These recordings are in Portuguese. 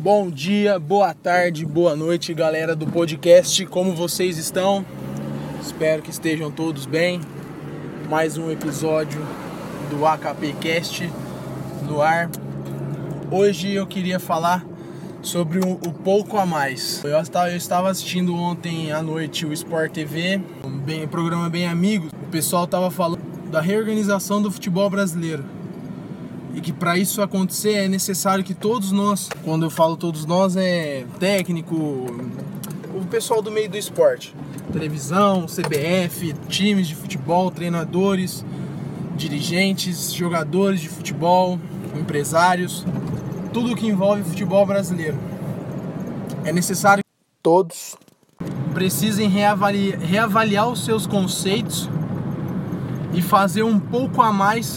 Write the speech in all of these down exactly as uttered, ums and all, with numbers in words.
Bom dia, boa tarde, boa noite, galera do podcast. Como vocês estão? Espero que estejam todos bem. Mais um episódio do A K P Cast no ar. Hoje eu queria falar sobre o, o pouco a mais. Eu estava, eu estava assistindo ontem à noite o Sport T V, um bem, programa Bem Amigos. O pessoal estava falando da reorganização do futebol brasileiro. E que para isso acontecer é necessário que todos nós, quando eu falo todos nós, é técnico, o pessoal do meio do esporte, televisão, C B F, times de futebol, treinadores, dirigentes, jogadores de futebol, empresários, tudo que envolve futebol brasileiro. É necessário que todos precisem reavaliar, reavaliar os seus conceitos e fazer um pouco a mais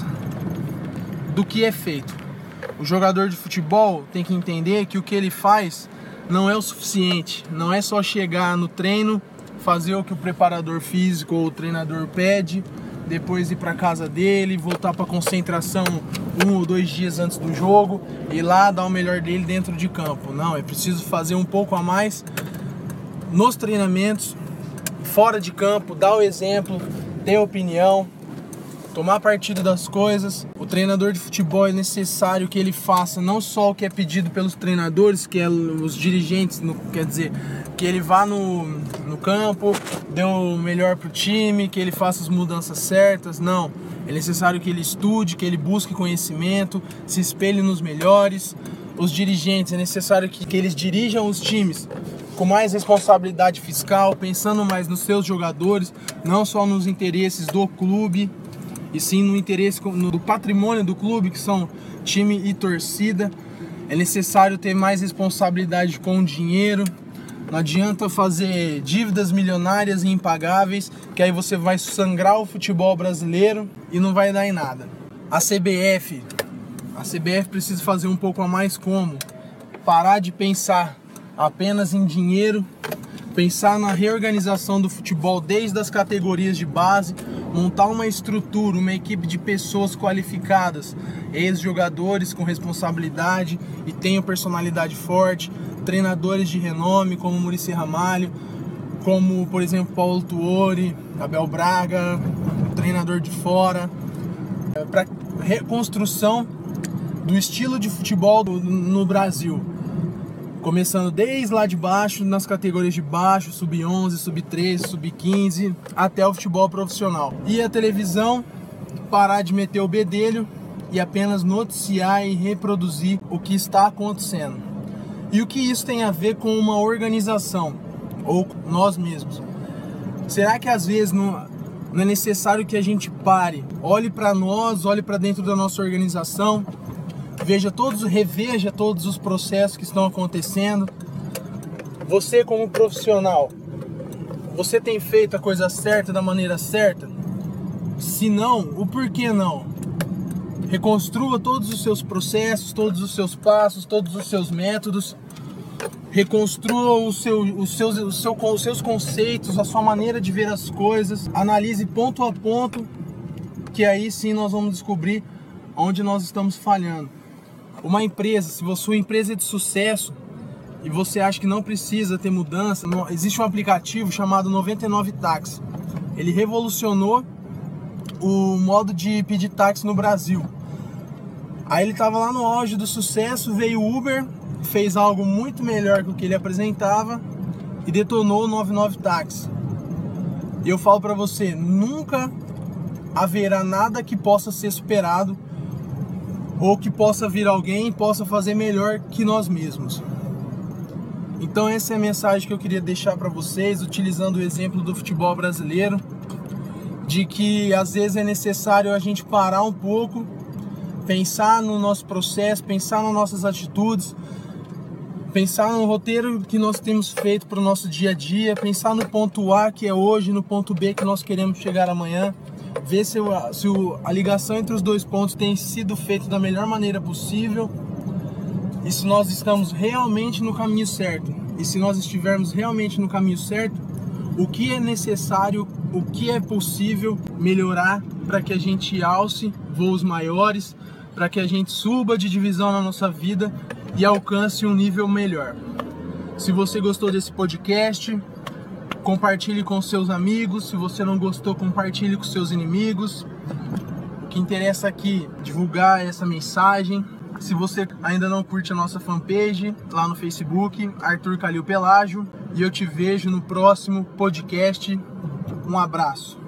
do que é feito. O jogador de futebol tem que entender que o que ele faz não é o suficiente. Não é só chegar no treino, fazer o que o preparador físico ou o treinador pede, depois ir para casa dele, voltar para a concentração um ou dois dias antes do jogo e lá dar o melhor dele dentro de campo. Não, é preciso fazer um pouco a mais nos treinamentos, fora de campo, dar o exemplo, ter opinião, tomar partido das coisas. O treinador de futebol é necessário que ele faça não só o que é pedido pelos treinadores, que é os dirigentes, no, quer dizer, que ele vá no, no campo, dê o melhor pro time, que ele faça as mudanças certas. Não, é necessário que ele estude, que ele busque conhecimento, se espelhe nos melhores. Os dirigentes, é necessário que, que eles dirijam os times com mais responsabilidade fiscal, pensando mais nos seus jogadores, não só nos interesses do clube, e sim no interesse do patrimônio do clube, que são time e torcida. É necessário ter mais responsabilidade com o dinheiro. Não adianta fazer dívidas milionárias e impagáveis, que aí você vai sangrar o futebol brasileiro e não vai dar em nada. A C B F, a C B F precisa fazer um pouco a mais, como parar de pensar apenas em dinheiro, pensar na reorganização do futebol desde as categorias de base, montar uma estrutura, uma equipe de pessoas qualificadas, ex-jogadores com responsabilidade e tenham personalidade forte, treinadores de renome como Muricy Ramalho, como, por exemplo, Paulo Tuori, Abel Braga, treinador de fora, para reconstrução do estilo de futebol no Brasil. Começando desde lá de baixo, nas categorias de baixo, sub onze, sub treze, sub quinze, até o futebol profissional. E a televisão parar de meter o bedelho e apenas noticiar e reproduzir o que está acontecendo. E o que isso tem a ver com uma organização, ou nós mesmos? Será que às vezes não, não é necessário que a gente pare, olhe para nós, olhe para dentro da nossa organização, veja todos, reveja todos os processos que estão acontecendo. Você como profissional, você tem feito a coisa certa da maneira certa? Se não, o porquê não? Reconstrua todos os seus processos, todos os seus passos, todos os seus métodos. Reconstrua o seu, os, seus, os, seu, os seus conceitos, a sua maneira de ver as coisas. Analise ponto a ponto, que aí sim nós vamos descobrir onde nós estamos falhando. Uma empresa, se a sua empresa é de sucesso e você acha que não precisa ter mudança, não, existe um aplicativo chamado noventa e nove táxi. Ele revolucionou o modo de pedir táxi no Brasil. Aí ele estava lá no auge do sucesso, veio o Uber, fez algo muito melhor que o que ele apresentava e detonou o noventa e nove táxi. E eu falo para você, nunca haverá nada que possa ser superado ou que possa vir alguém e possa fazer melhor que nós mesmos. Então essa é a mensagem que eu queria deixar para vocês, utilizando o exemplo do futebol brasileiro, de que às vezes é necessário a gente parar um pouco, pensar no nosso processo, pensar nas nossas atitudes, pensar no roteiro que nós temos feito para o nosso dia a dia, pensar no ponto A que é hoje, no ponto B que nós queremos chegar amanhã, ver se, o, se o, a ligação entre os dois pontos tem sido feita da melhor maneira possível e se nós estamos realmente no caminho certo. E se nós estivermos realmente no caminho certo, o que é necessário, o que é possível melhorar para que a gente alce voos maiores, para que a gente suba de divisão na nossa vida e alcance um nível melhor. Se você gostou desse podcast, compartilhe com seus amigos. Se você não gostou, compartilhe com seus inimigos. O que interessa aqui é divulgar essa mensagem. Se você ainda não curte a nossa fanpage lá no Facebook, Arthur Calil Pelágio, e eu te vejo no próximo podcast. Um abraço.